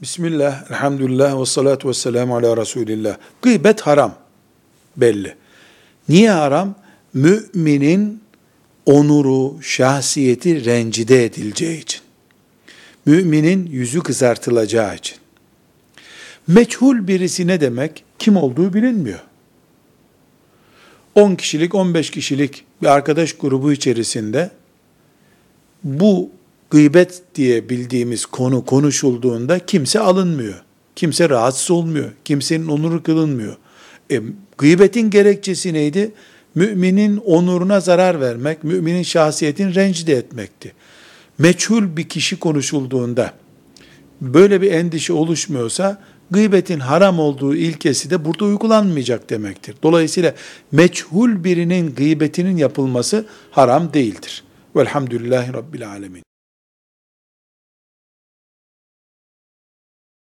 Bismillah, elhamdülillah, ve salatu ve selamu ala Resulillah. Gıybet haram, belli. Niye haram? Müminin onuru, şahsiyeti rencide edileceği için. Müminin yüzü kızartılacağı için. Meçhul birisi ne demek? Kim olduğu bilinmiyor. 10 kişilik, 15 kişilik bir arkadaş grubu içerisinde bu gıybet diye bildiğimiz konu konuşulduğunda kimse alınmıyor. Kimse rahatsız olmuyor. Kimsenin onuru kılınmıyor. Gıybetin gerekçesi neydi? Müminin onuruna zarar vermek, müminin şahsiyetini rencide etmekti. Meçhul bir kişi konuşulduğunda böyle bir endişe oluşmuyorsa gıybetin haram olduğu ilkesi de burada uygulanmayacak demektir. Dolayısıyla meçhul birinin gıybetinin yapılması haram değildir. Velhamdülillahi Rabbil Alemin.